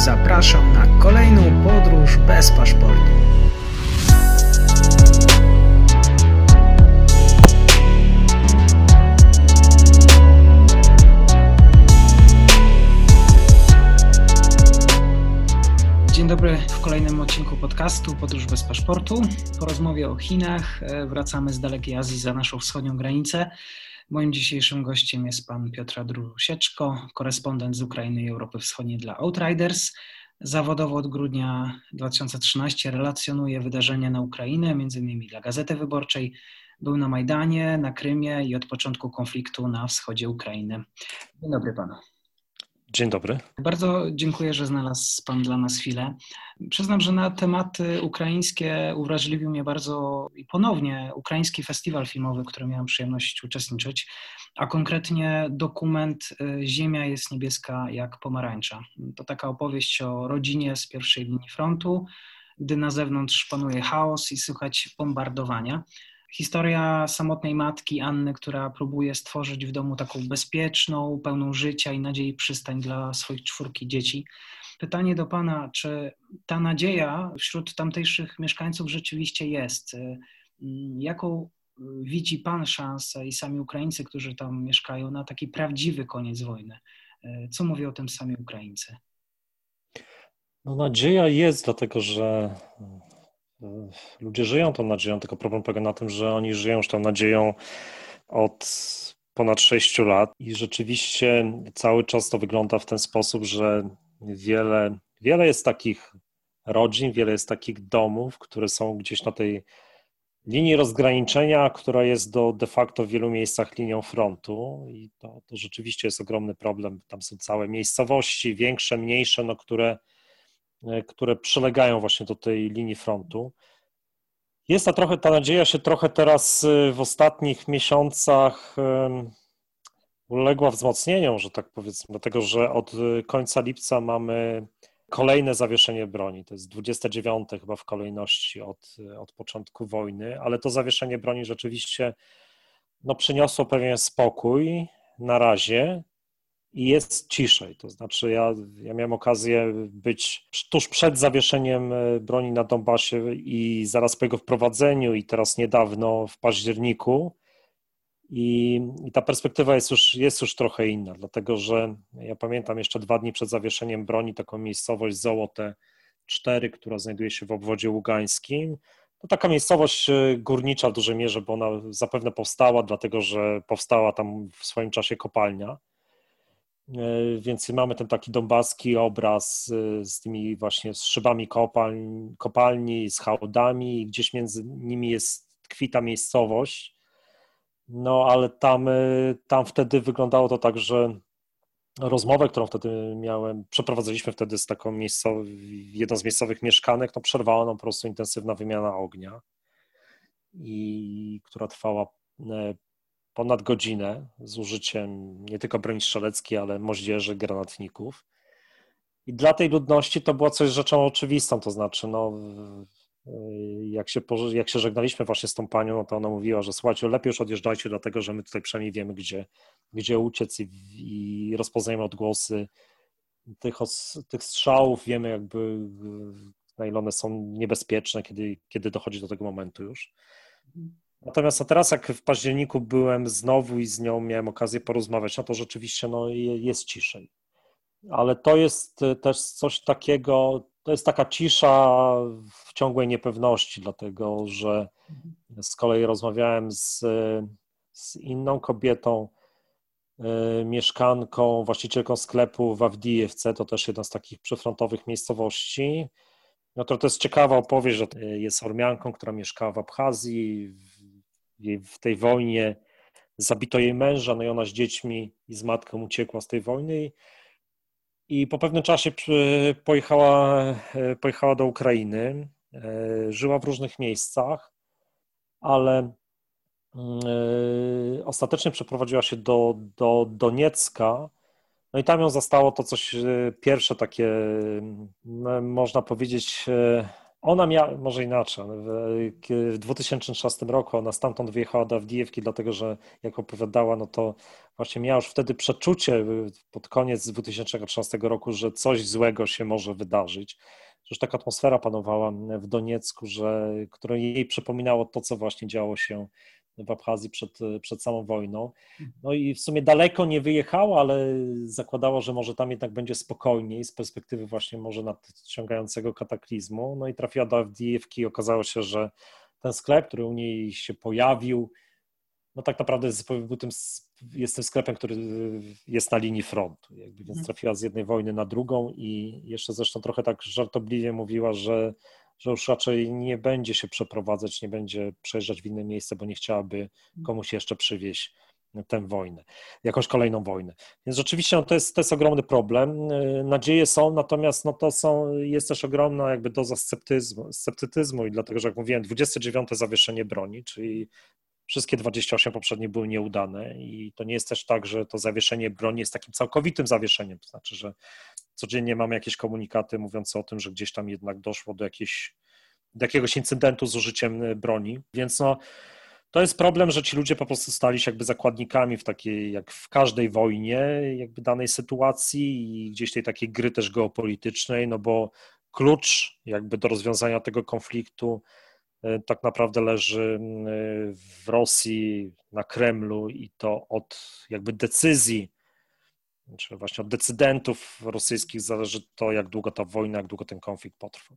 zapraszam na kolejną podróż bez paszportu. Dzień dobry, w kolejnym odcinku podcastu Podróż bez paszportu. Po rozmowie o Chinach wracamy z dalekiej Azji za naszą wschodnią granicę. Moim dzisiejszym gościem jest pan Piotr Andrusieczko, korespondent z Ukrainy i Europy Wschodniej dla Outriders. Zawodowo od grudnia 2013 relacjonuje wydarzenia na Ukrainę, m.in. dla Gazety Wyborczej. Był na Majdanie, na Krymie i od początku konfliktu na wschodzie Ukrainy. Dzień dobry panu. Dzień dobry. Bardzo dziękuję, że znalazł pan dla nas chwilę. Przyznam, że na tematy ukraińskie uwrażliwił mnie bardzo i ponownie ukraiński festiwal filmowy, w którym miałem przyjemność uczestniczyć, a konkretnie dokument Ziemia jest niebieska jak pomarańcza. To taka opowieść o rodzinie z pierwszej linii frontu, gdy na zewnątrz panuje chaos i słychać bombardowania. Historia samotnej matki Anny, która próbuje stworzyć w domu taką bezpieczną, pełną życia i nadziei przystań dla swoich 4 dzieci. Pytanie do pana, czy ta nadzieja wśród tamtejszych mieszkańców rzeczywiście jest? Jaką widzi pan szansę i sami Ukraińcy, którzy tam mieszkają, na taki prawdziwy koniec wojny? Co mówią o tym sami Ukraińcy? No, nadzieja jest, dlatego że ludzie żyją tą nadzieją, tylko problem polega na tym, że oni żyją już tą nadzieją od ponad 6 lat i rzeczywiście cały czas to wygląda w ten sposób, że wiele jest takich rodzin, wiele jest takich domów, które są gdzieś na tej linii rozgraniczenia, która jest de facto w wielu miejscach linią frontu i to rzeczywiście jest ogromny problem. Tam są całe miejscowości, większe, mniejsze, no, które przylegają właśnie do tej linii frontu. Ta nadzieja się trochę teraz w ostatnich miesiącach uległa wzmocnieniom, że tak powiedzmy, dlatego że od końca lipca mamy kolejne zawieszenie broni. To jest 29 chyba w kolejności od początku wojny, ale to zawieszenie broni rzeczywiście przyniosło pewien spokój na razie. I jest ciszej, to znaczy ja miałem okazję być tuż przed zawieszeniem broni na Donbasie i zaraz po jego wprowadzeniu i teraz niedawno w październiku i ta perspektywa jest już trochę inna, dlatego że ja pamiętam jeszcze 2 dni przed zawieszeniem broni taką miejscowość Zołote 4, która znajduje się w obwodzie ługańskim. To taka miejscowość górnicza w dużej mierze, bo ona zapewne powstała, dlatego że powstała tam w swoim czasie kopalnia. Więc mamy ten taki donbaski obraz z tymi szybami kopalni, z hałdami i gdzieś między nimi tkwi ta miejscowość. No ale tam wtedy wyglądało to tak, że rozmowę, którą wtedy przeprowadziliśmy wtedy z taką jedną z miejscowych mieszkanek, przerwała nam po prostu intensywna wymiana ognia, i która trwała ponad godzinę z użyciem nie tylko broni strzeleckiej, ale moździerzy, granatników. I dla tej ludności to było coś rzeczą oczywistą, to znaczy jak się żegnaliśmy właśnie z tą panią, to ona mówiła, że słuchajcie, lepiej już odjeżdżajcie, dlatego że my tutaj przynajmniej wiemy, gdzie uciec i rozpoznajemy odgłosy tych strzałów, wiemy na ile one są niebezpieczne, kiedy dochodzi do tego momentu już. Natomiast teraz jak w październiku byłem znowu i z nią miałem okazję porozmawiać, to rzeczywiście jest ciszej. Ale to jest też coś takiego, to jest taka cisza w ciągłej niepewności, dlatego że z kolei rozmawiałem z inną kobietą, mieszkanką, właścicielką sklepu w Awdijewce, to też jedna z takich przyfrontowych miejscowości. No to jest ciekawa opowieść, że jest Ormianką, która mieszkała w Abchazji. W tej wojnie zabito jej męża, no i ona z dziećmi i z matką uciekła z tej wojny i po pewnym czasie pojechała do Ukrainy, żyła w różnych miejscach, ale ostatecznie przeprowadziła się do Doniecka, no i tam ją zastało to coś pierwsze takie, można powiedzieć, Ona miała, może inaczej, w 2013 roku ona stamtąd wyjechała do Awdijewki, dlatego że jak opowiadała, no to właśnie miała już wtedy przeczucie pod koniec 2013 roku, że coś złego się może wydarzyć. Już taka atmosfera panowała w Doniecku, które jej przypominało to, co właśnie działo się w Abchazji przed samą wojną. No i w sumie daleko nie wyjechała, ale zakładała, że może tam jednak będzie spokojniej z perspektywy właśnie może nadciągającego kataklizmu. No i trafiła do Awdijewki i okazało się, że ten sklep, który u niej się pojawił, no tak naprawdę jest tym sklepem, który jest na linii frontu. Więc trafiła z jednej wojny na drugą i jeszcze zresztą trochę tak żartobliwie mówiła, że już raczej nie będzie się przeprowadzać, nie będzie przejeżdżać w inne miejsce, bo nie chciałaby komuś jeszcze przywieźć tę wojnę, jakąś kolejną wojnę. Więc rzeczywiście no, to jest ogromny problem. Nadzieje są, natomiast no, jest też ogromna jakby doza sceptycyzmu i dlatego, że jak mówiłem, 29. zawieszenie broni, czyli wszystkie 28 poprzednie były nieudane i to nie jest też tak, że to zawieszenie broni jest takim całkowitym zawieszeniem, to znaczy, że codziennie mamy jakieś komunikaty mówiące o tym, że gdzieś tam jednak doszło do jakiegoś incydentu z użyciem broni, więc no to jest problem, że ci ludzie po prostu stali się jakby zakładnikami w takiej, jak w każdej wojnie, jakby danej sytuacji i gdzieś tej takiej gry też geopolitycznej, no bo klucz jakby do rozwiązania tego konfliktu tak naprawdę leży w Rosji, na Kremlu i to od jakby decyzji, czy właśnie od decydentów rosyjskich zależy to, jak długo ta wojna, jak długo ten konflikt potrwa.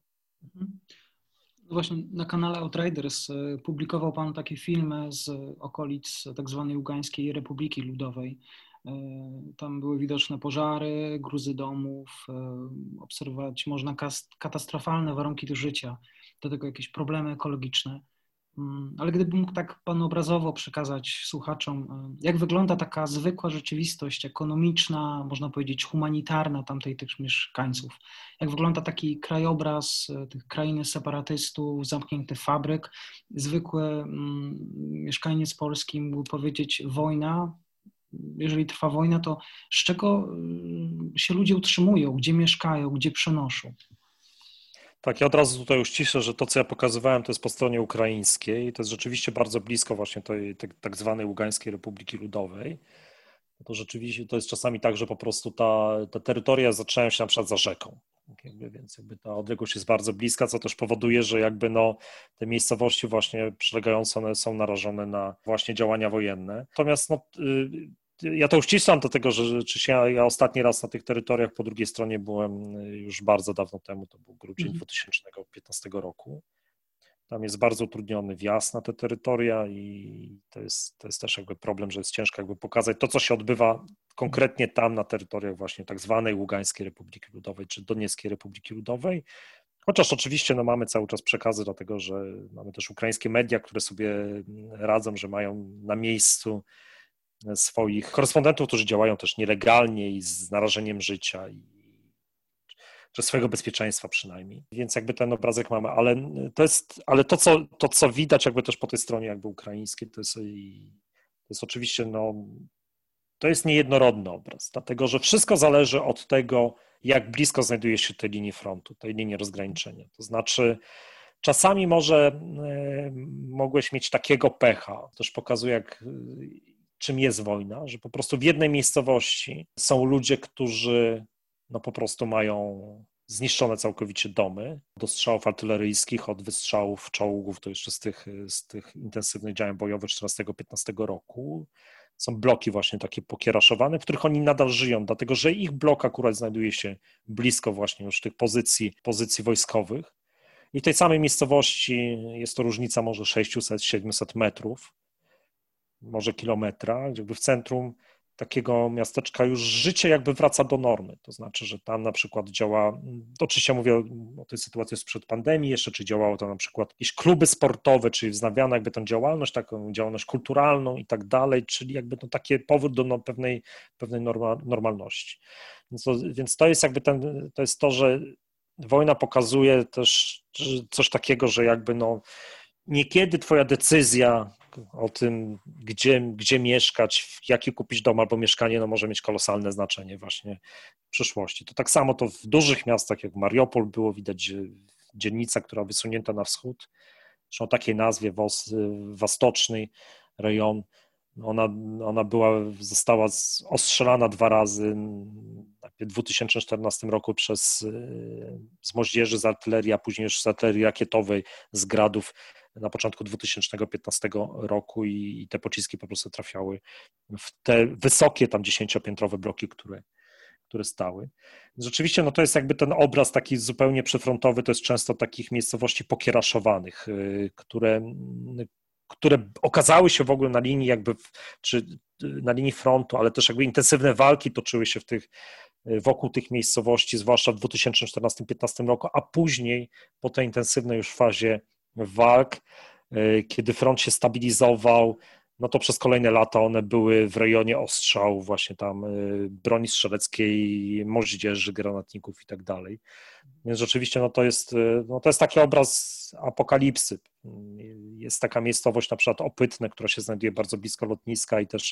Właśnie na kanale Outriders publikował Pan takie filmy z okolic tak zwanej Ługańskiej Republiki Ludowej. Tam były widoczne pożary, gruzy domów, obserwować można katastrofalne warunki do życia, do tego jakieś problemy ekologiczne. Ale gdybym mógł tak Pan obrazowo przekazać słuchaczom, jak wygląda taka zwykła rzeczywistość ekonomiczna, można powiedzieć humanitarna tych mieszkańców, jak wygląda taki krajobraz tych krainy separatystów, zamkniętych fabryk, zwykły mieszkaniec polski mógł powiedzieć wojna. Jeżeli trwa wojna, to z czego się ludzie utrzymują, gdzie mieszkają, gdzie przenoszą? Tak, ja od razu tutaj uściszę, że to, co ja pokazywałem, to jest po stronie ukraińskiej i to jest rzeczywiście bardzo blisko właśnie tej tak zwanej Ługańskiej Republiki Ludowej. To rzeczywiście to jest czasami tak, że po prostu te terytoria zaczynają się na przykład za rzeką, więc jakby ta odległość jest bardzo bliska, co też powoduje, że jakby no te miejscowości właśnie przylegające one są narażone na właśnie działania wojenne. Natomiast no, ja to uścislam do tego, że rzeczywiście ja ostatni raz na tych terytoriach po drugiej stronie byłem już bardzo dawno temu, to był grudzień 2015 roku. Tam jest bardzo utrudniony wjazd na te terytoria i to jest też jakby problem, że jest ciężko jakby pokazać to, co się odbywa konkretnie tam na terytoriach właśnie tak zwanej Ługańskiej Republiki Ludowej czy Donieckiej Republiki Ludowej. Chociaż oczywiście no, mamy cały czas przekazy, dlatego że mamy też ukraińskie media, które sobie radzą, że mają na miejscu swoich korespondentów, którzy działają też nielegalnie i z narażeniem życia czy swojego bezpieczeństwa przynajmniej. Więc jakby ten obrazek mamy, ale to, co widać jakby też po tej stronie jakby ukraińskiej, to jest oczywiście, no, to jest niejednorodny obraz, dlatego że wszystko zależy od tego, jak blisko znajduje się tej linii frontu, tej linii rozgraniczenia. To znaczy czasami może mogłeś mieć takiego pecha, też pokazuje czym jest wojna, że po prostu w jednej miejscowości są ludzie, którzy no po prostu mają zniszczone całkowicie domy, od strzałów artyleryjskich, od wystrzałów czołgów, to jeszcze z tych intensywnych działań bojowych 14-15 roku. Są bloki właśnie takie pokieraszowane, w których oni nadal żyją, dlatego że ich blok akurat znajduje się blisko właśnie już tych pozycji wojskowych. I w tej samej miejscowości jest to różnica może 600-700 metrów, może kilometra, jakby w centrum takiego miasteczka już życie jakby wraca do normy, to znaczy, że tam na przykład działa, oczywiście mówię o tej sytuacji sprzed pandemii jeszcze, czy działało to na przykład jakieś kluby sportowe, czyli wznawiano jakby tę działalność, taką działalność kulturalną i tak dalej, czyli jakby to taki powód do pewnej normalności. Więc to jest jakby to jest to, że wojna pokazuje też coś takiego, że jakby no niekiedy twoja decyzja o tym, gdzie mieszkać, jaki kupić dom albo mieszkanie, no może mieć kolosalne znaczenie właśnie w przyszłości. To tak samo to w dużych miastach jak Mariupol było widać, że dzielnica, która wysunięta na wschód, zresztą o takiej nazwie, Wostoczny rejon. Ona została ostrzelana 2 razy, w 2014 roku z moździerzy z artylerii, a później już z artylerii rakietowej z Gradów na początku 2015 roku i te pociski po prostu trafiały w te wysokie tam 10-piętrowe bloki, które stały. Rzeczywiście no to jest jakby ten obraz taki zupełnie przyfrontowy, to jest często takich miejscowości pokieraszowanych, które okazały się w ogóle na linii czy na linii frontu, ale też jakby intensywne walki toczyły się wokół tych miejscowości, zwłaszcza w 2014-2015 roku, a później po tej intensywnej już fazie walk, kiedy front się stabilizował, no to przez kolejne lata one były w rejonie ostrzału właśnie tam broni strzeleckiej, moździerzy, granatników i tak dalej. Więc rzeczywiście no to jest taki obraz apokalipsy. Jest taka miejscowość na przykład Opytne, która się znajduje bardzo blisko lotniska i też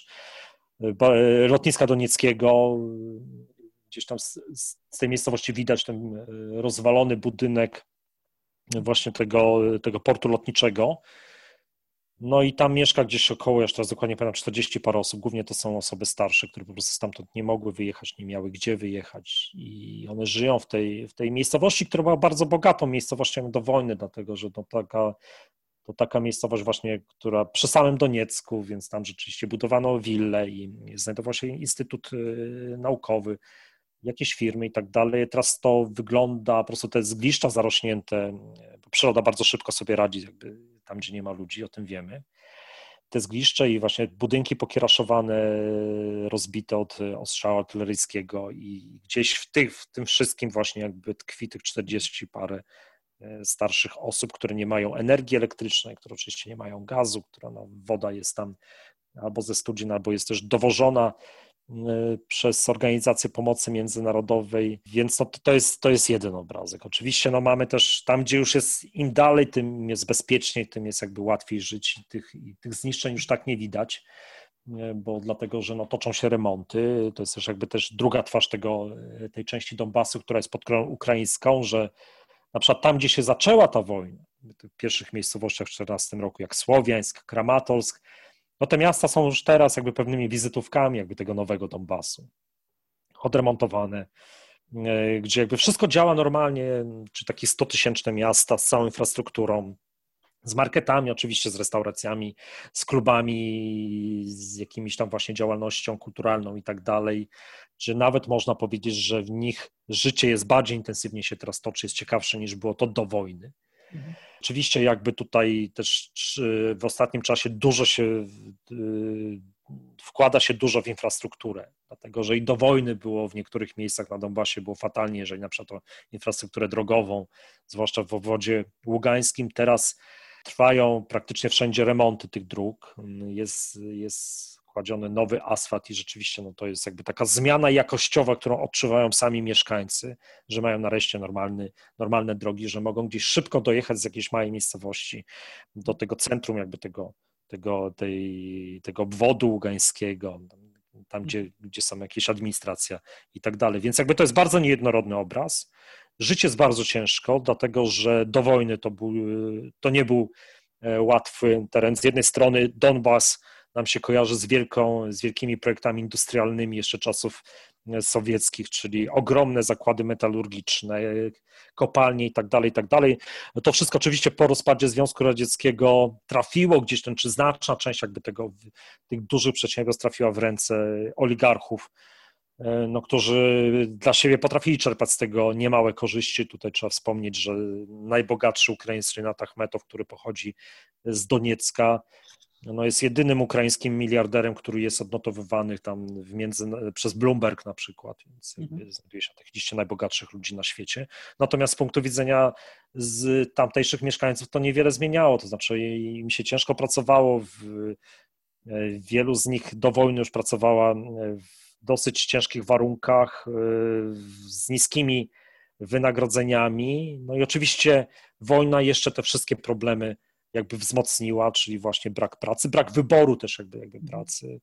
lotniska donieckiego. Gdzieś tam z tej miejscowości widać ten rozwalony budynek właśnie tego portu lotniczego. No i tam mieszka gdzieś około, już teraz dokładnie pamiętam, 40 parę osób, głównie to są osoby starsze, które po prostu stamtąd nie mogły wyjechać, nie miały gdzie wyjechać i one żyją w tej miejscowości, która była bardzo bogatą miejscowością do wojny, dlatego że to taka miejscowość właśnie, która przy samym Doniecku, więc tam rzeczywiście budowano willę i znajdował się instytut naukowy, jakieś firmy i tak dalej. Teraz to wygląda, po prostu te zgliszcza zarośnięte, bo przyroda bardzo szybko sobie radzi jakby tam, gdzie nie ma ludzi, o tym wiemy. Te zgliszcze i właśnie budynki pokieraszowane, rozbite od ostrzału artyleryjskiego i gdzieś w tym wszystkim właśnie jakby tkwi tych 40 parę starszych osób, które nie mają energii elektrycznej, które oczywiście nie mają gazu, woda jest tam albo ze studni, albo jest też dowożona przez Organizację Pomocy Międzynarodowej, więc to jest jeden obrazek. Oczywiście mamy też tam, gdzie już jest im dalej, tym jest bezpieczniej, tym jest jakby łatwiej żyć i tych zniszczeń już tak nie widać, bo dlatego, że toczą się remonty. To jest też jakby też druga twarz tej części Donbasu, która jest pod którą ukraińską, że na przykład tam, gdzie się zaczęła ta wojna, w tych pierwszych miejscowościach w 2014 roku, jak Słowiańsk, Kramatorsk, no te miasta są już teraz jakby pewnymi wizytówkami jakby tego nowego Donbasu, odremontowane, gdzie jakby wszystko działa normalnie, czy takie 100-tysięczne miasta z całą infrastrukturą, z marketami oczywiście, z restauracjami, z klubami, z jakimiś tam właśnie działalnością kulturalną i tak dalej, że nawet można powiedzieć, że w nich życie jest bardziej intensywnie się teraz toczy, jest ciekawsze niż było to do wojny. Oczywiście jakby tutaj też w ostatnim czasie wkłada się dużo w infrastrukturę, dlatego że i do wojny było w niektórych miejscach na Donbasie było fatalnie, jeżeli na przykład o infrastrukturę drogową, zwłaszcza w obwodzie ługańskim. Teraz trwają praktycznie wszędzie remonty tych dróg, jest kładziony nowy asfalt i rzeczywiście to jest jakby taka zmiana jakościowa, którą odczuwają sami mieszkańcy, że mają nareszcie normalne drogi, że mogą gdzieś szybko dojechać z jakiejś małej miejscowości do tego centrum jakby tego obwodu ługańskiego, tam gdzie są jakieś administracja i tak dalej. Więc jakby to jest bardzo niejednorodny obraz. Życie jest bardzo ciężko, dlatego że do wojny to nie był łatwy teren. Z jednej strony Donbas nam się kojarzy z wielkimi projektami industrialnymi jeszcze czasów sowieckich, czyli ogromne zakłady metalurgiczne, kopalnie i tak dalej, i tak dalej. To wszystko oczywiście po rozpadzie Związku Radzieckiego trafiło gdzieś czy znaczna część jakby tych dużych przedsiębiorstw trafiła w ręce oligarchów, którzy dla siebie potrafili czerpać z tego niemałe korzyści. Tutaj trzeba wspomnieć, że najbogatszy Ukraińcy Rinat Achmetow, który pochodzi z Doniecka, jest jedynym ukraińskim miliarderem, który jest odnotowywany tam przez Bloomberg na przykład, więc znajduje się na tych liście najbogatszych ludzi na świecie. Natomiast z punktu widzenia z tamtejszych mieszkańców to niewiele zmieniało, to znaczy im się ciężko pracowało, wielu z nich do wojny już pracowała w dosyć ciężkich warunkach, z niskimi wynagrodzeniami. No i oczywiście wojna jeszcze te wszystkie problemy jakby wzmocniła, czyli właśnie brak pracy, brak wyboru też jakby pracy.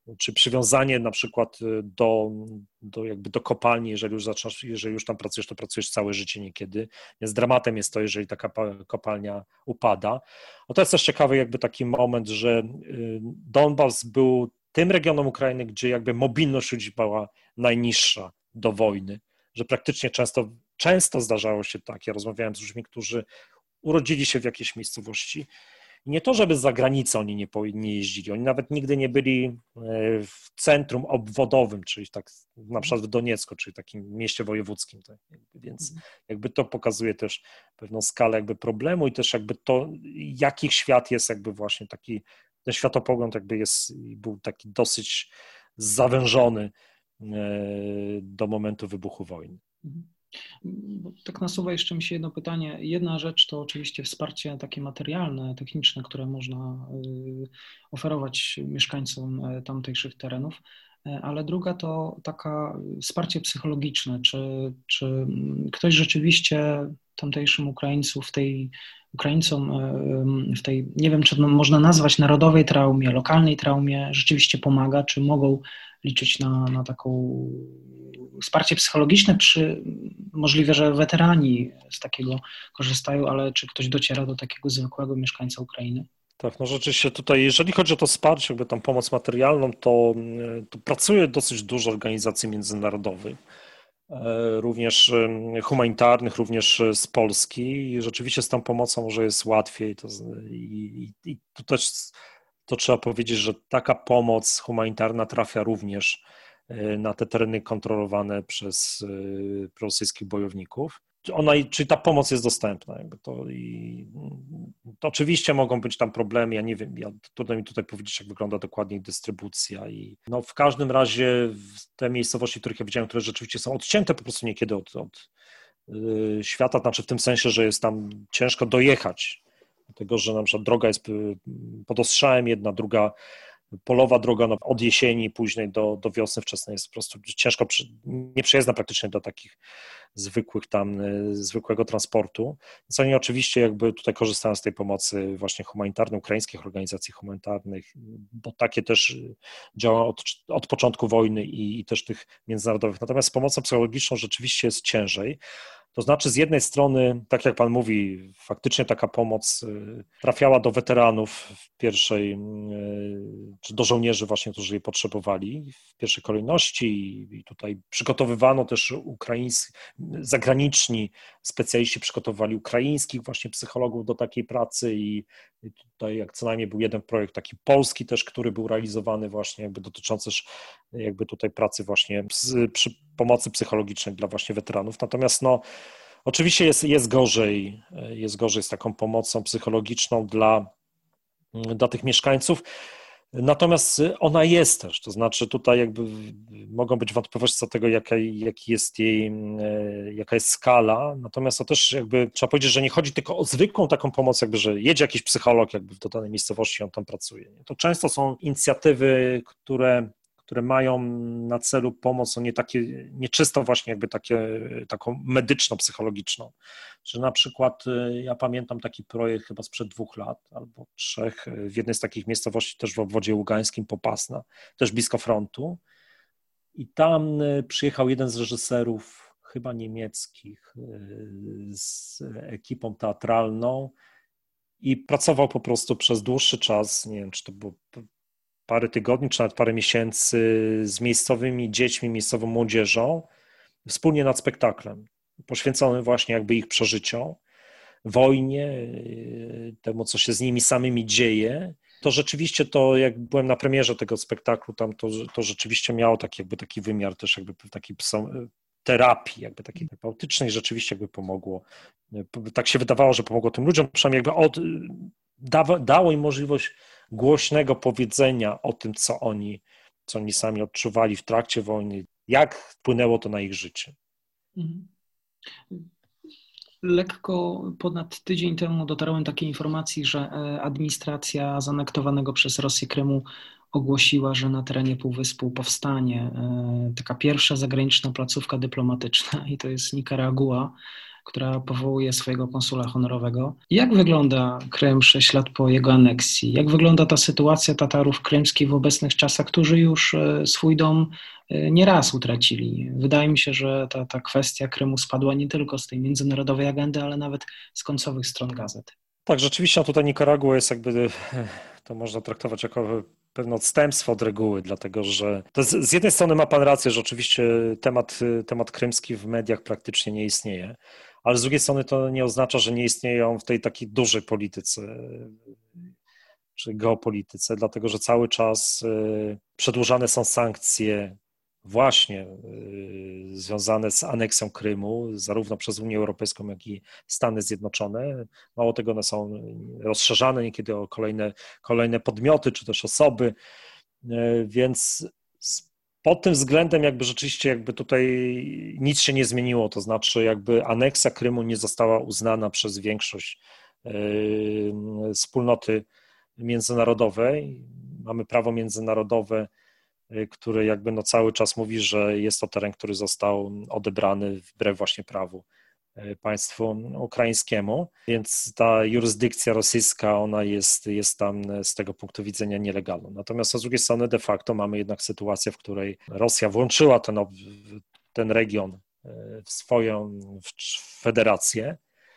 czy przywiązanie na przykład do kopalni, jeżeli już tam pracujesz, to pracujesz całe życie niekiedy. Więc dramatem jest to, jeżeli taka kopalnia upada. No to jest też ciekawy jakby taki moment, że Donbas był tym regionem Ukrainy, gdzie jakby mobilność ludzi była najniższa do wojny, że praktycznie często zdarzało się tak, ja rozmawiałem z ludźmi, którzy urodzili się w jakiejś miejscowości. I nie to, żeby za granicę oni nie jeździli, oni nawet nigdy nie byli w centrum obwodowym, czyli tak na przykład w Doniecku, czyli takim mieście wojewódzkim. Tak? Więc jakby to pokazuje też pewną skalę jakby problemu i też jakby to, jaki świat jest jakby właśnie taki, ten światopogląd jakby był taki dosyć zawężony do momentu wybuchu wojny. Tak nasuwa jeszcze mi się jedno pytanie. Jedna rzecz to oczywiście wsparcie takie materialne, techniczne, które można oferować mieszkańcom tamtejszych terenów, ale druga to taka wsparcie psychologiczne. Czy ktoś rzeczywiście tamtejszym Ukraińcom w tej, nie wiem, czy można nazwać narodowej traumie, lokalnej traumie, rzeczywiście pomaga, czy mogą liczyć na taką wsparcie psychologiczne, możliwe, że weterani z takiego korzystają, ale czy ktoś dociera do takiego zwykłego mieszkańca Ukrainy? Tak, no rzeczywiście tutaj, jeżeli chodzi o to wsparcie, jakby tam pomoc materialną, to pracuje dosyć dużo organizacji międzynarodowych, również humanitarnych, również z Polski i rzeczywiście z tą pomocą może jest łatwiej. I to też to trzeba powiedzieć, że taka pomoc humanitarna trafia również na te tereny kontrolowane przez prorosyjskich bojowników. Czyli ta pomoc jest dostępna. To oczywiście mogą być tam problemy, ja nie wiem, trudno mi tutaj powiedzieć, jak wygląda dokładnie dystrybucja. I no w każdym razie te miejscowości, których ja widziałem, które rzeczywiście są odcięte po prostu niekiedy od świata, znaczy w tym sensie, że jest tam ciężko dojechać, dlatego że na przykład droga jest pod ostrzałem, jedna, druga polowa droga od jesieni późnej do wiosny wczesnej jest po prostu ciężko, nieprzejezdna praktycznie do takich zwykłego transportu. Więc oni oczywiście jakby tutaj korzystają z tej pomocy właśnie humanitarnej, ukraińskich organizacji humanitarnych, bo takie też działa od początku wojny i też tych międzynarodowych. Natomiast z pomocą psychologiczną rzeczywiście jest ciężej. To znaczy z jednej strony, tak jak pan mówi, faktycznie taka pomoc trafiała do weteranów w pierwszej, czy do żołnierzy właśnie, którzy jej potrzebowali w pierwszej kolejności i tutaj przygotowywano też zagraniczni specjaliści przygotowywali ukraińskich właśnie psychologów do takiej pracy i tutaj jak co najmniej był jeden projekt taki polski też, który był realizowany właśnie jakby dotyczący jakby tutaj pracy właśnie przy pomocy psychologicznej dla właśnie weteranów. Natomiast no oczywiście jest gorzej z taką pomocą psychologiczną dla tych mieszkańców. Natomiast ona jest też, to znaczy tutaj jakby mogą być wątpliwości co do tego, jaka jest skala, natomiast to też jakby trzeba powiedzieć, że nie chodzi tylko o zwykłą taką pomoc, jakby, że jedzie jakiś psycholog jakby w danej miejscowości, on tam pracuje. To często są inicjatywy, które mają na celu pomoc, nie czysto właśnie jakby taką medyczno-psychologiczną. Że na przykład ja pamiętam taki projekt chyba sprzed 2 lat albo 3 w jednej z takich miejscowości też w obwodzie ługańskim, Popasna, też blisko frontu i tam przyjechał jeden z reżyserów chyba niemieckich z ekipą teatralną i pracował po prostu przez dłuższy czas, nie wiem, czy to było parę tygodni, czy nawet parę miesięcy z miejscowymi dziećmi, miejscową młodzieżą, wspólnie nad spektaklem, poświęconym właśnie jakby ich przeżyciom, wojnie, temu, co się z nimi samymi dzieje. To rzeczywiście to, jak byłem na premierze tego spektaklu, tam to rzeczywiście miało taki wymiar też jakby takiej terapii, jakby takiej terapeutycznej, rzeczywiście jakby pomogło. Tak się wydawało, że pomogło tym ludziom, przynajmniej jakby dało im możliwość głośnego powiedzenia o tym, co oni sami odczuwali w trakcie wojny, jak wpłynęło to na ich życie. Lekko ponad tydzień temu dotarłem takiej informacji, że administracja zanektowanego przez Rosję Krymu ogłosiła, że na terenie Półwyspu powstanie taka pierwsza zagraniczna placówka dyplomatyczna i to jest Nikaragua. która powołuje swojego konsula honorowego. Jak wygląda Krym 6 lat po jego aneksji? Jak wygląda ta sytuacja Tatarów krymskich w obecnych czasach, którzy już swój dom nieraz utracili? Wydaje mi się, że ta kwestia Krymu spadła nie tylko z tej międzynarodowej agendy, ale nawet z końcowych stron gazet. Tak, rzeczywiście tutaj Nikaragua jest jakby, to można traktować jako pewne odstępstwo od reguły, dlatego że to z jednej strony ma pan rację, że oczywiście temat krymski w mediach praktycznie nie istnieje, ale z drugiej strony to nie oznacza, że nie istnieją w tej takiej dużej polityce czy geopolityce, dlatego że cały czas przedłużane są sankcje właśnie związane z aneksją Krymu, zarówno przez Unię Europejską, jak i Stany Zjednoczone. Mało tego, one są rozszerzane niekiedy o kolejne podmioty, czy też osoby, więc pod tym względem jakby rzeczywiście jakby tutaj nic się nie zmieniło, to znaczy jakby aneksja Krymu nie została uznana przez większość wspólnoty międzynarodowej. Mamy prawo międzynarodowe, który jakby no cały czas mówi, że jest to teren, który został odebrany wbrew właśnie prawu państwu ukraińskiemu, więc ta jurysdykcja rosyjska, ona jest tam z tego punktu widzenia nielegalna. Natomiast z drugiej strony de facto mamy jednak sytuację, w której Rosja włączyła ten region w swoją federację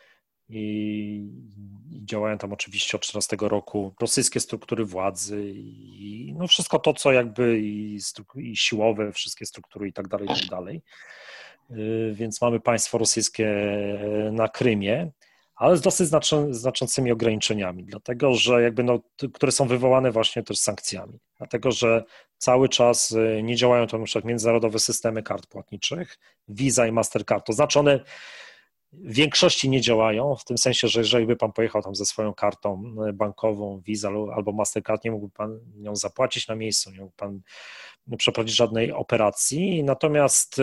i działają tam oczywiście od 2014 roku rosyjskie struktury władzy i no wszystko to, co jakby i siłowe, wszystkie struktury i tak dalej. Więc mamy państwo rosyjskie na Krymie, ale z dosyć znaczącymi ograniczeniami, dlatego że jakby no, które są wywołane właśnie też sankcjami, dlatego że cały czas nie działają tam na przykład międzynarodowe systemy kart płatniczych, Visa i Mastercard, to znaczy one w większości nie działają, w tym sensie, że jeżeli by pan pojechał tam ze swoją kartą bankową, Visa albo Mastercard, nie mógłby pan nią zapłacić na miejscu, nie mógł pan przeprowadzić żadnej operacji, natomiast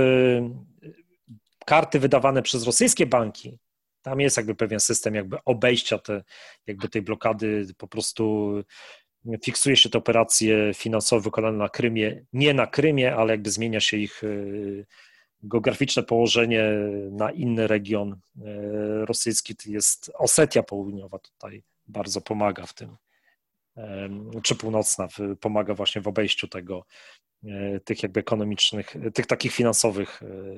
karty wydawane przez rosyjskie banki, tam jest jakby pewien system jakby obejścia tej blokady, po prostu fiksuje się te operacje finansowe wykonane na Krymie, nie na Krymie, ale jakby zmienia się ich geograficzne położenie na inny region rosyjski, to jest Osetia Południowa, tutaj bardzo pomaga w tym, czy północna, pomaga właśnie w obejściu tych jakby ekonomicznych, tych takich finansowych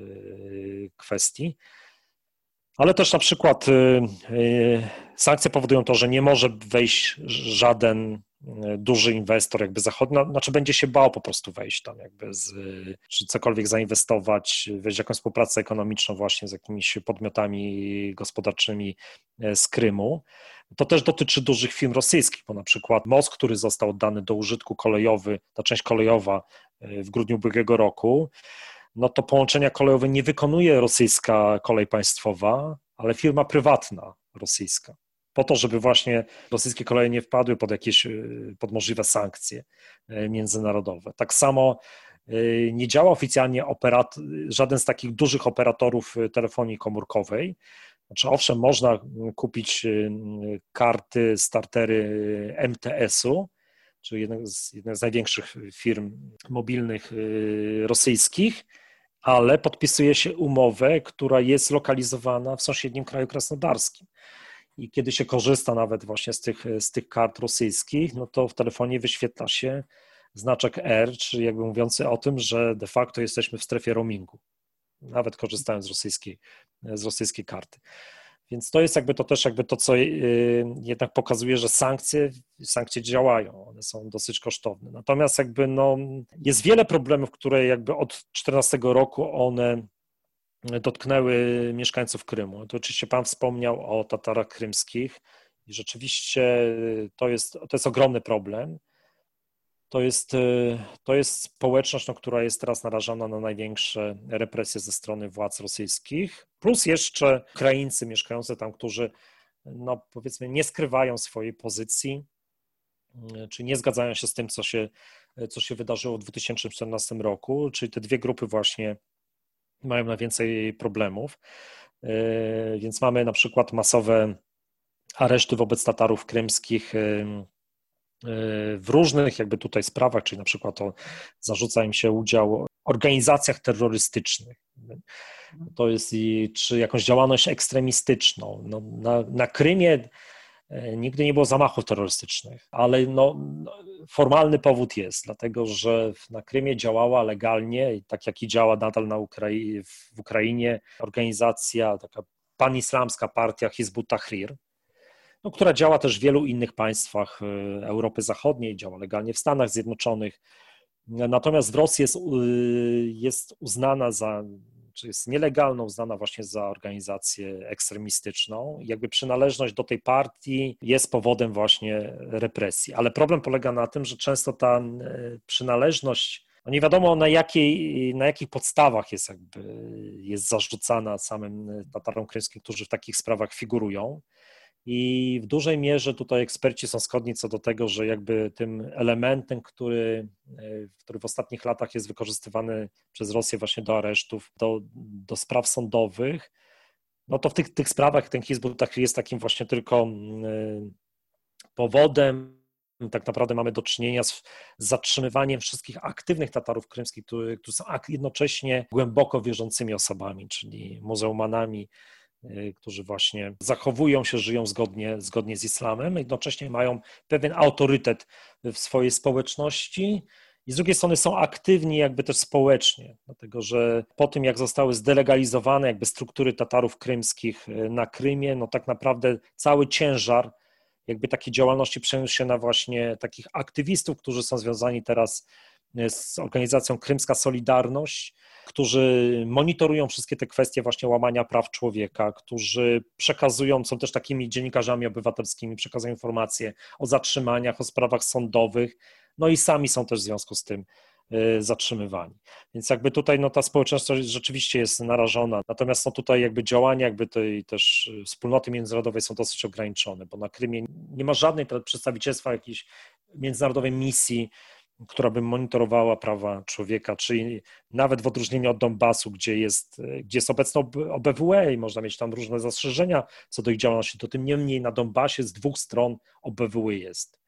kwestii. Ale też na przykład sankcje powodują to, że nie może wejść żaden duży inwestor jakby zachodni, znaczy będzie się bał po prostu wejść tam jakby czy cokolwiek zainwestować, wejść w jakąś współpracę ekonomiczną właśnie z jakimiś podmiotami gospodarczymi z Krymu. To też dotyczy dużych firm rosyjskich, bo na przykład most, który został oddany do użytku kolejowy, ta część kolejowa w grudniu ubiegłego roku, no to połączenia kolejowe nie wykonuje rosyjska kolej państwowa, ale firma prywatna rosyjska. Po to, żeby właśnie rosyjskie koleje nie wpadły pod możliwe sankcje międzynarodowe. Tak samo nie działa oficjalnie żaden z takich dużych operatorów telefonii komórkowej. Znaczy, owszem, można kupić karty, startery MTS-u, czyli jednej z największych firm mobilnych rosyjskich, ale podpisuje się umowę, która jest lokalizowana w sąsiednim kraju krasnodarskim. I kiedy się korzysta nawet właśnie z tych kart rosyjskich, no to w telefonie wyświetla się znaczek R, czyli jakby mówiący o tym, że de facto jesteśmy w strefie roamingu, nawet korzystając z rosyjskiej karty. Więc to jest to, co jednak pokazuje, że sankcje działają, one są dosyć kosztowne. Natomiast jest wiele problemów, które jakby od 2014 roku one dotknęły mieszkańców Krymu. To oczywiście pan wspomniał o Tatarach krymskich i rzeczywiście to jest ogromny problem. To jest społeczność, która jest teraz narażona na największe represje ze strony władz rosyjskich, plus jeszcze Ukraińcy mieszkający tam, którzy powiedzmy nie skrywają swojej pozycji, czy nie zgadzają się z tym, co się wydarzyło w 2014 roku, czyli te dwie grupy właśnie mają najwięcej problemów, więc mamy na przykład masowe areszty wobec Tatarów krymskich w różnych jakby tutaj sprawach, czyli na przykład zarzuca im się udział organizacjach terrorystycznych. To jest czy jakąś działalność ekstremistyczną. No, na Krymie nigdy nie było zamachów terrorystycznych, ale formalny powód jest, dlatego że na Krymie działała legalnie, tak jak i działa nadal w Ukrainie, organizacja, taka panislamska partia Hizb ut-Tahrir, która działa też w wielu innych państwach Europy Zachodniej, działa legalnie w Stanach Zjednoczonych. Natomiast w Rosji jest uznana czy jest nielegalną uznana właśnie za organizację ekstremistyczną. Jakby przynależność do tej partii jest powodem właśnie represji. Ale problem polega na tym, że często ta przynależność, nie wiadomo na jakich podstawach jest zarzucana samym Tatarom krymskim, którzy w takich sprawach figurują. I w dużej mierze tutaj eksperci są zgodni co do tego, że jakby tym elementem, który w ostatnich latach jest wykorzystywany przez Rosję właśnie do aresztów, do spraw sądowych, no to w tych sprawach ten Hizb ut-Tahrir jest takim właśnie tylko powodem. Tak naprawdę mamy do czynienia z zatrzymywaniem wszystkich aktywnych Tatarów krymskich, którzy są jednocześnie głęboko wierzącymi osobami, czyli muzułmanami, którzy właśnie zachowują się, żyją zgodnie z islamem, jednocześnie mają pewien autorytet w swojej społeczności i z drugiej strony są aktywni jakby też społecznie, dlatego że po tym jak zostały zdelegalizowane jakby struktury Tatarów krymskich na Krymie, no tak naprawdę cały ciężar jakby takiej działalności przeniósł się na właśnie takich aktywistów, którzy są związani teraz z organizacją Krymska Solidarność, którzy monitorują wszystkie te kwestie właśnie łamania praw człowieka, którzy przekazują, są też takimi dziennikarzami obywatelskimi, przekazują informacje o zatrzymaniach, o sprawach sądowych, no i sami są też w związku z tym zatrzymywani. Więc jakby tutaj ta społeczność rzeczywiście jest narażona, natomiast tutaj jakby działania jakby tej też wspólnoty międzynarodowej są dosyć ograniczone, bo na Krymie nie ma żadnej przedstawicielstwa jakiejś międzynarodowej misji, która by monitorowała prawa człowieka, czyli nawet w odróżnieniu od Donbasu, gdzie jest obecne OBWE i można mieć tam różne zastrzeżenia co do ich działalności, to tym niemniej na Donbasie z dwóch stron OBWE jest.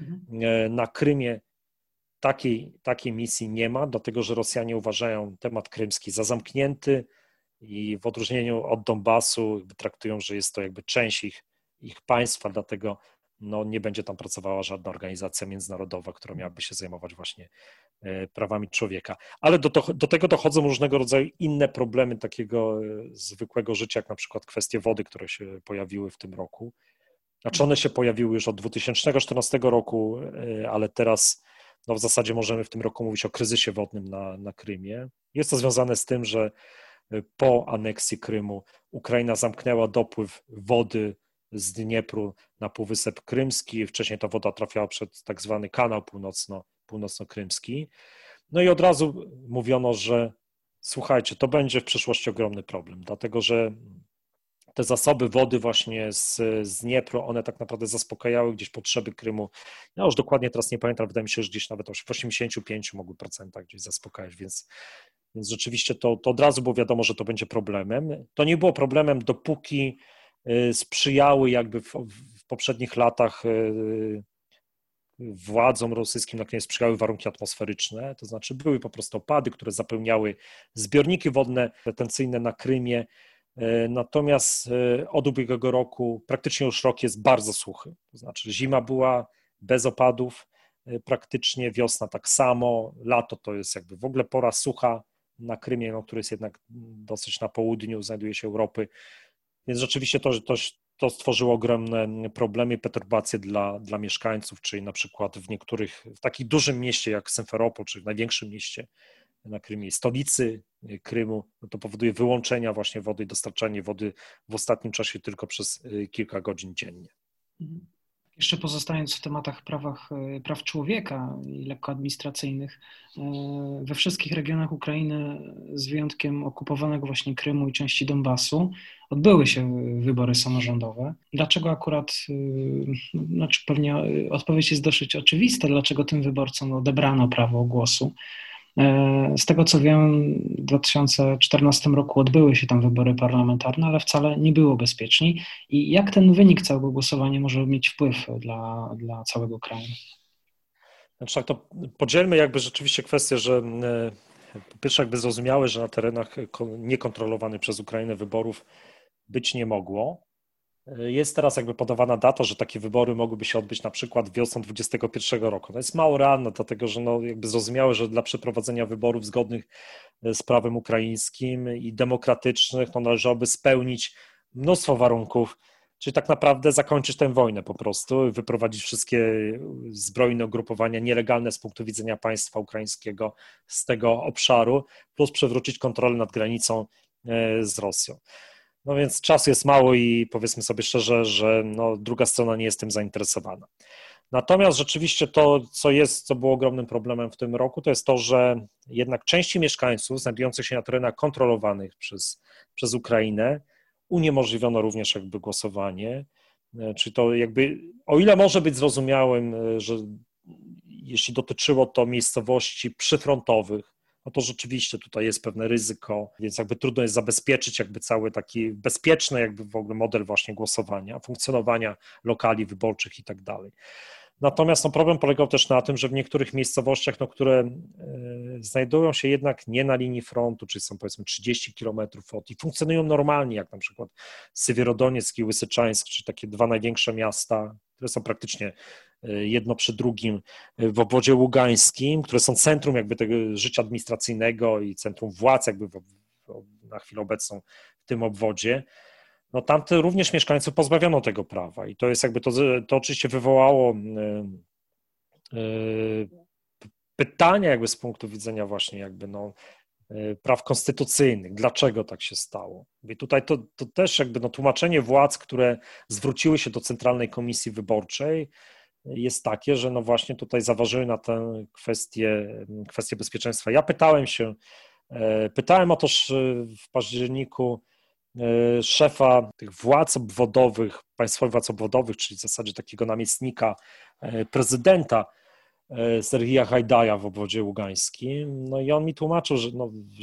Na Krymie takiej misji nie ma, dlatego że Rosjanie uważają temat krymski za zamknięty i w odróżnieniu od Donbasu traktują, że jest to jakby część ich państwa, dlatego nie będzie tam pracowała żadna organizacja międzynarodowa, która miałaby się zajmować właśnie prawami człowieka. Ale do tego dochodzą różnego rodzaju inne problemy takiego zwykłego życia, jak na przykład kwestie wody, które się pojawiły w tym roku. Znaczy one się pojawiły już od 2014 roku, ale teraz w zasadzie możemy w tym roku mówić o kryzysie wodnym na Krymie. Jest to związane z tym, że po aneksji Krymu Ukraina zamknęła dopływ wody z Dniepru na Półwysep Krymski. Wcześniej ta woda trafiała przez tak zwany kanał północno-krymski. No i od razu mówiono, że słuchajcie, to będzie w przyszłości ogromny problem, dlatego że te zasoby wody właśnie z Dniepru, one tak naprawdę zaspokajały gdzieś potrzeby Krymu. Ja już dokładnie teraz nie pamiętam, wydaje mi się, że gdzieś nawet w 85% mogły procentach gdzieś zaspokajać, więc rzeczywiście to od razu było wiadomo, że to będzie problemem. To nie było problemem, dopóki sprzyjały jakby w poprzednich latach władzom rosyjskim, na które sprzyjały warunki atmosferyczne, to znaczy były po prostu opady, które zapełniały zbiorniki wodne retencyjne na Krymie, natomiast od ubiegłego roku praktycznie już rok jest bardzo suchy, to znaczy zima była bez opadów, praktycznie wiosna tak samo, lato to jest jakby w ogóle pora sucha na Krymie, który jest jednak dosyć na południu, znajduje się Europy, więc rzeczywiście to stworzyło ogromne problemy i perturbacje dla mieszkańców, czyli na przykład w takim dużym mieście jak Symferopol, czyli w największym mieście na Krymie, stolicy Krymu, to powoduje wyłączenia właśnie wody i dostarczanie wody w ostatnim czasie tylko przez kilka godzin dziennie. Jeszcze pozostając w tematach praw człowieka i lekko administracyjnych, we wszystkich regionach Ukrainy, z wyjątkiem okupowanego właśnie Krymu i części Donbasu, odbyły się wybory samorządowe. Dlaczego akurat, znaczy pewnie odpowiedź jest dosyć oczywista, dlaczego tym wyborcom odebrano prawo głosu. Z tego co wiem, w 2014 roku odbyły się tam wybory parlamentarne, ale wcale nie było bezpieczniej. I jak ten wynik całego głosowania może mieć wpływ dla całego kraju? Znaczy tak, to podzielmy jakby rzeczywiście kwestię, że po pierwsze jakby zrozumiały, że na terenach niekontrolowanych przez Ukrainę wyborów być nie mogło. Jest teraz jakby podawana data, że takie wybory mogłyby się odbyć na przykład wiosną 2021 roku. No jest mało realne, dlatego że no jakby zrozumiałe, że dla przeprowadzenia wyborów zgodnych z prawem ukraińskim i demokratycznych no należałoby spełnić mnóstwo warunków, czyli tak naprawdę zakończyć tę wojnę po prostu, wyprowadzić wszystkie zbrojne ugrupowania nielegalne z punktu widzenia państwa ukraińskiego z tego obszaru, plus przywrócić kontrolę nad granicą z Rosją. No więc czasu jest mało i powiedzmy sobie szczerze, że no, druga strona nie jest tym zainteresowana. Natomiast rzeczywiście to, co było ogromnym problemem w tym roku, to jest to, że jednak części mieszkańców znajdujących się na terenach kontrolowanych przez Ukrainę uniemożliwiono również jakby głosowanie. Czyli to jakby, o ile może być zrozumiałym, że jeśli dotyczyło to miejscowości przyfrontowych, no to rzeczywiście tutaj jest pewne ryzyko, więc jakby trudno jest zabezpieczyć jakby cały taki bezpieczny jakby w ogóle model właśnie głosowania, funkcjonowania lokali wyborczych i tak dalej. Natomiast no, problem polegał też na tym, że w niektórych miejscowościach, no, które znajdują się jednak nie na linii frontu, czyli są powiedzmy 30 kilometrów od i funkcjonują normalnie, jak na przykład Siewierodonieck i Łysyczańsk, czyli takie dwa największe miasta, które są praktycznie jedno przy drugim w obwodzie ługańskim, które są centrum jakby tego życia administracyjnego i centrum władz jakby na chwilę obecną w tym obwodzie. No tamte również mieszkańców pozbawiono tego prawa i to jest jakby to oczywiście wywołało pytania jakby z punktu widzenia właśnie jakby no praw konstytucyjnych, dlaczego tak się stało. I tutaj to też jakby no tłumaczenie władz, które zwróciły się do Centralnej Komisji Wyborczej jest takie, że no właśnie tutaj zaważyły na tę kwestię bezpieczeństwa. Ja pytałem o to w październiku szefa tych władz obwodowych, państwowych władz obwodowych, czyli w zasadzie takiego namiestnika prezydenta Serhija Hajdaja w obwodzie ługańskim. No i on mi tłumaczył, że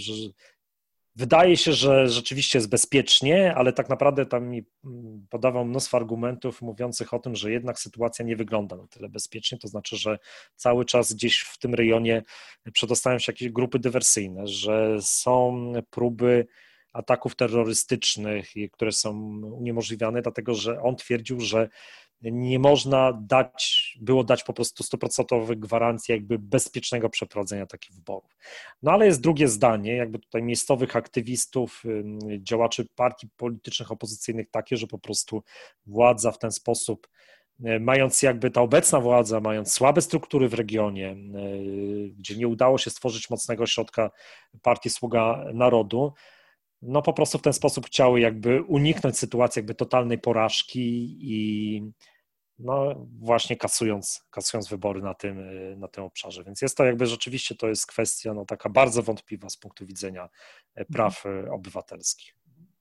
wydaje się, że rzeczywiście jest bezpiecznie, ale tak naprawdę tam mi podawał mnóstwo argumentów mówiących o tym, że jednak sytuacja nie wygląda na tyle bezpiecznie, to znaczy, że cały czas gdzieś w tym rejonie przedostają się jakieś grupy dywersyjne, że są próby ataków terrorystycznych, które są uniemożliwiane, dlatego że on twierdził, że nie można było dać po prostu 100% gwarancji jakby bezpiecznego przeprowadzenia takich wyborów. No ale jest drugie zdanie, jakby tutaj miejscowych aktywistów, działaczy partii politycznych opozycyjnych takie, że po prostu władza w ten sposób, mając jakby ta obecna władza, mając słabe struktury w regionie, gdzie nie udało się stworzyć mocnego ośrodka partii Sługa Narodu, no po prostu w ten sposób chciały jakby uniknąć sytuacji jakby totalnej porażki i no właśnie kasując wybory na tym obszarze. Więc jest to jakby rzeczywiście to jest kwestia no taka bardzo wątpliwa z punktu widzenia praw obywatelskich.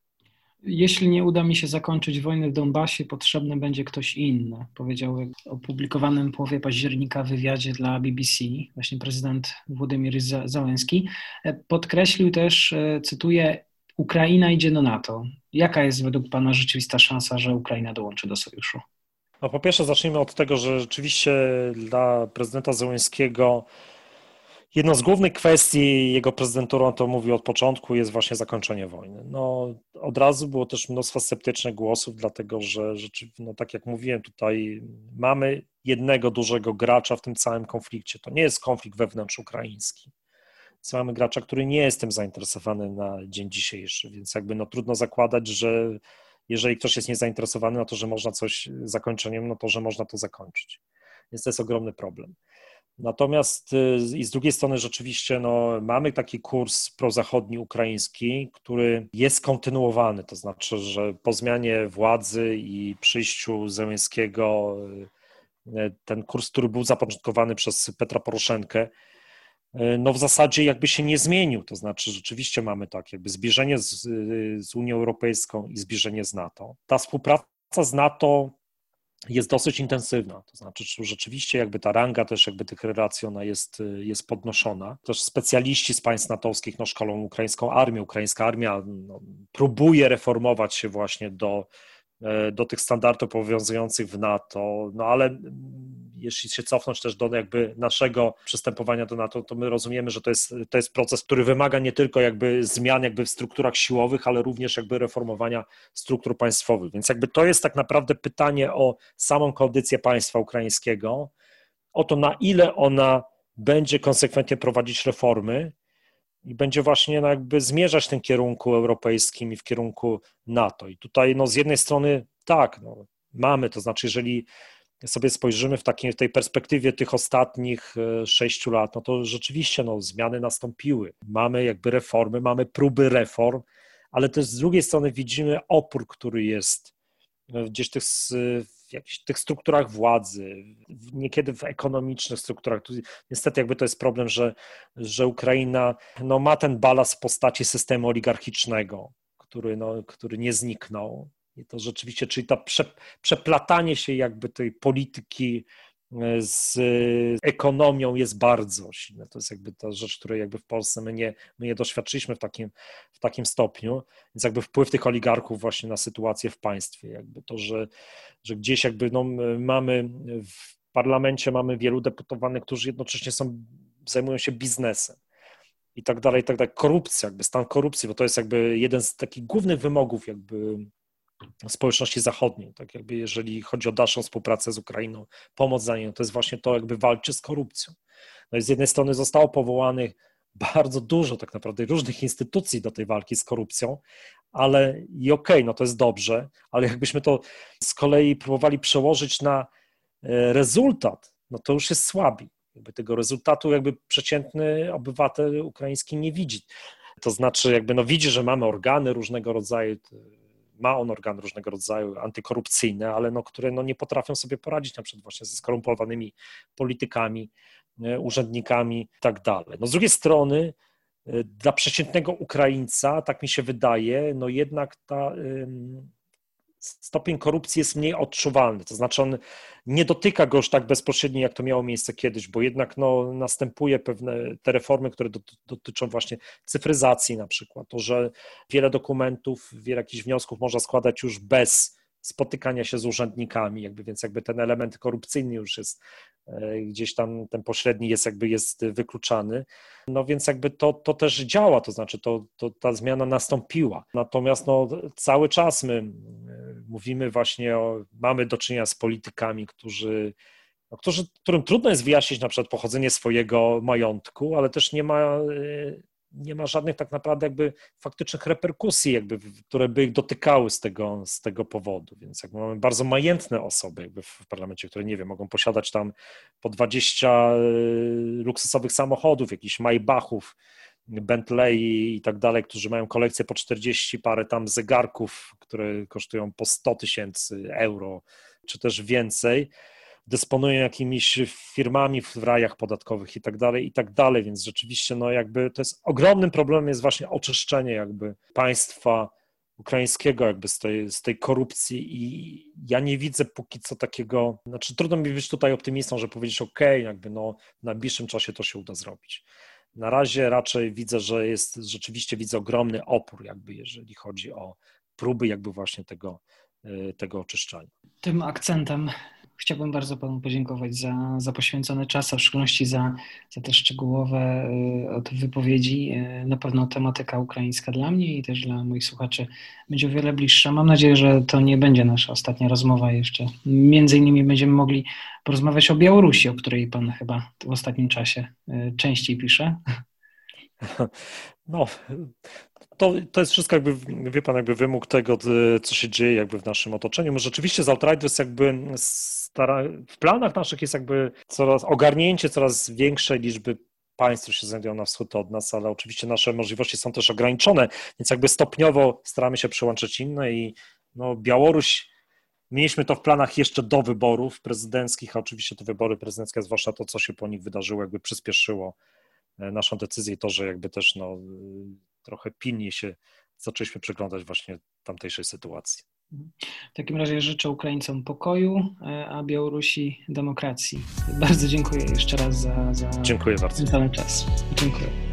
Jeśli nie uda mi się zakończyć wojny w Donbasie, potrzebny będzie ktoś inny, powiedział w opublikowanym w połowie października wywiadzie dla BBC właśnie prezydent Władimir Zełenski. Podkreślił też, cytuję, Ukraina idzie do NATO. Jaka jest według pana rzeczywista szansa, że Ukraina dołączy do sojuszu? No po pierwsze zacznijmy od tego, że rzeczywiście dla prezydenta Zełenskiego jedną z głównych kwestii jego prezydenturą, to mówił od początku, jest właśnie zakończenie wojny. No, od razu było też mnóstwo sceptycznych głosów, dlatego że no, tak jak mówiłem, tutaj mamy jednego dużego gracza w tym całym konflikcie. To nie jest konflikt wewnątrzukraiński. Mamy gracza, który nie jest tym zainteresowany na dzień dzisiejszy, więc jakby no, trudno zakładać, że jeżeli ktoś jest niezainteresowany na to, że można coś zakończeniem, no to, że można to zakończyć. Więc to jest ogromny problem. Natomiast i z drugiej strony rzeczywiście no, mamy taki kurs prozachodni ukraiński, który jest kontynuowany, to znaczy, że po zmianie władzy i przyjściu Zełenskiego ten kurs, który był zapoczątkowany przez Petra Poroszenkę, no w zasadzie jakby się nie zmienił, to znaczy rzeczywiście mamy tak jakby zbliżenie z Unią Europejską i zbliżenie z NATO. Ta współpraca z NATO jest dosyć intensywna, to znaczy że rzeczywiście jakby ta ranga też jakby tych relacji ona jest podnoszona. Też specjaliści z państw natowskich no, szkolą ukraińską armię. Ukraińska armia no, próbuje reformować się właśnie do tych standardów obowiązujących w NATO, no ale jeśli się cofnąć też do jakby naszego przystępowania do NATO, to my rozumiemy, że to jest proces, który wymaga nie tylko jakby zmian jakby w strukturach siłowych, ale również jakby reformowania struktur państwowych. Więc jakby to jest tak naprawdę pytanie o samą kondycję państwa ukraińskiego, o to, na ile ona będzie konsekwentnie prowadzić reformy i będzie właśnie jakby zmierzać w tym kierunku europejskim i w kierunku NATO. I tutaj z jednej strony tak, mamy, to znaczy jeżeli sobie spojrzymy w tej perspektywie tych ostatnich 6 lat, no to rzeczywiście zmiany nastąpiły. Mamy jakby reformy, mamy próby reform, ale też z drugiej strony widzimy opór, który jest gdzieś w jakichś tych strukturach władzy, niekiedy w ekonomicznych strukturach. Tu niestety jakby to jest problem, że Ukraina ma ten balast w postaci systemu oligarchicznego, który nie zniknął. I to rzeczywiście, czyli to przeplatanie się jakby tej polityki z ekonomią jest bardzo silne. To jest jakby ta rzecz, której jakby w Polsce my nie doświadczyliśmy w takim stopniu, więc jakby wpływ tych oligarchów właśnie na sytuację w państwie, jakby to, że gdzieś jakby mamy w parlamencie mamy wielu deputowanych, którzy jednocześnie zajmują się biznesem i tak dalej, korupcja, jakby stan korupcji, bo to jest jakby jeden z takich głównych wymogów jakby społeczności zachodniej, tak jakby jeżeli chodzi o dalszą współpracę z Ukrainą, pomoc dla niej, to jest właśnie to, jakby walczy z korupcją. No i z jednej strony zostało powołanych bardzo dużo tak naprawdę różnych instytucji do tej walki z korupcją, ale to jest dobrze, ale jakbyśmy to z kolei próbowali przełożyć na rezultat, to już jest słabi. Jakby tego rezultatu jakby przeciętny obywatel ukraiński nie widzi. To znaczy jakby widzi, że mamy organy różnego rodzaju, ma on organy różnego rodzaju antykorupcyjne, ale które nie potrafią sobie poradzić na przykład właśnie ze skorumpowanymi politykami, urzędnikami i tak dalej. Z drugiej strony dla przeciętnego Ukraińca, tak mi się wydaje, jednak stopień korupcji jest mniej odczuwalny, to znaczy on nie dotyka go już tak bezpośrednio, jak to miało miejsce kiedyś, bo jednak następuje te reformy, które dotyczą właśnie cyfryzacji na przykład, to, że wiele dokumentów, wiele jakichś wniosków można składać już bez spotykania się z urzędnikami, więc ten element korupcyjny już jest gdzieś tam, ten pośredni jest wykluczany, więc to też działa, to znaczy ta zmiana nastąpiła. Natomiast cały czas my mówimy właśnie mamy do czynienia z politykami, którym trudno jest wyjaśnić na przykład pochodzenie swojego majątku, ale też nie ma żadnych tak naprawdę jakby faktycznych reperkusji, które by ich dotykały z tego powodu. Więc mamy bardzo majętne osoby w parlamencie, które mogą posiadać tam po 20 luksusowych samochodów, jakichś Maybachów, Bentley i tak dalej, którzy mają kolekcję po 40 parę tam zegarków, które kosztują po 100 000 euro, czy też więcej. Dysponują jakimiś firmami w rajach podatkowych i tak dalej, więc rzeczywiście to jest ogromnym problemem jest właśnie oczyszczenie państwa ukraińskiego z tej korupcji i ja nie widzę póki co takiego, trudno mi być tutaj optymistą, żeby powiedzieć w najbliższym czasie to się uda zrobić. Na razie raczej widzę, że rzeczywiście widzę ogromny opór jeżeli chodzi o próby właśnie tego oczyszczania. Tym akcentem chciałbym bardzo Panu podziękować za poświęcony czas, a w szczególności za te szczegółowe wypowiedzi. Na pewno tematyka ukraińska dla mnie i też dla moich słuchaczy będzie o wiele bliższa. Mam nadzieję, że to nie będzie nasza ostatnia rozmowa jeszcze. Między innymi będziemy mogli porozmawiać o Białorusi, o której Pan chyba w ostatnim czasie częściej pisze. To jest wszystko wie Pan, wymóg tego, co się dzieje w naszym otoczeniu. My rzeczywiście z Outriders w planach naszych jest ogarnięcie coraz większej liczby państw, które się znajdują na wschód od nas, ale oczywiście nasze możliwości są też ograniczone, więc stopniowo staramy się przyłączyć inne i Białoruś, mieliśmy to w planach jeszcze do wyborów prezydenckich, a oczywiście te wybory prezydenckie, zwłaszcza to, co się po nich wydarzyło, przyspieszyło naszą decyzję i to, że też trochę pilniej się zaczęliśmy przyglądać właśnie tamtejszej sytuacji. W takim razie życzę Ukraińcom pokoju, a Białorusi demokracji. Bardzo dziękuję jeszcze raz za Dziękuję bardzo. Cały czas. Dziękuję.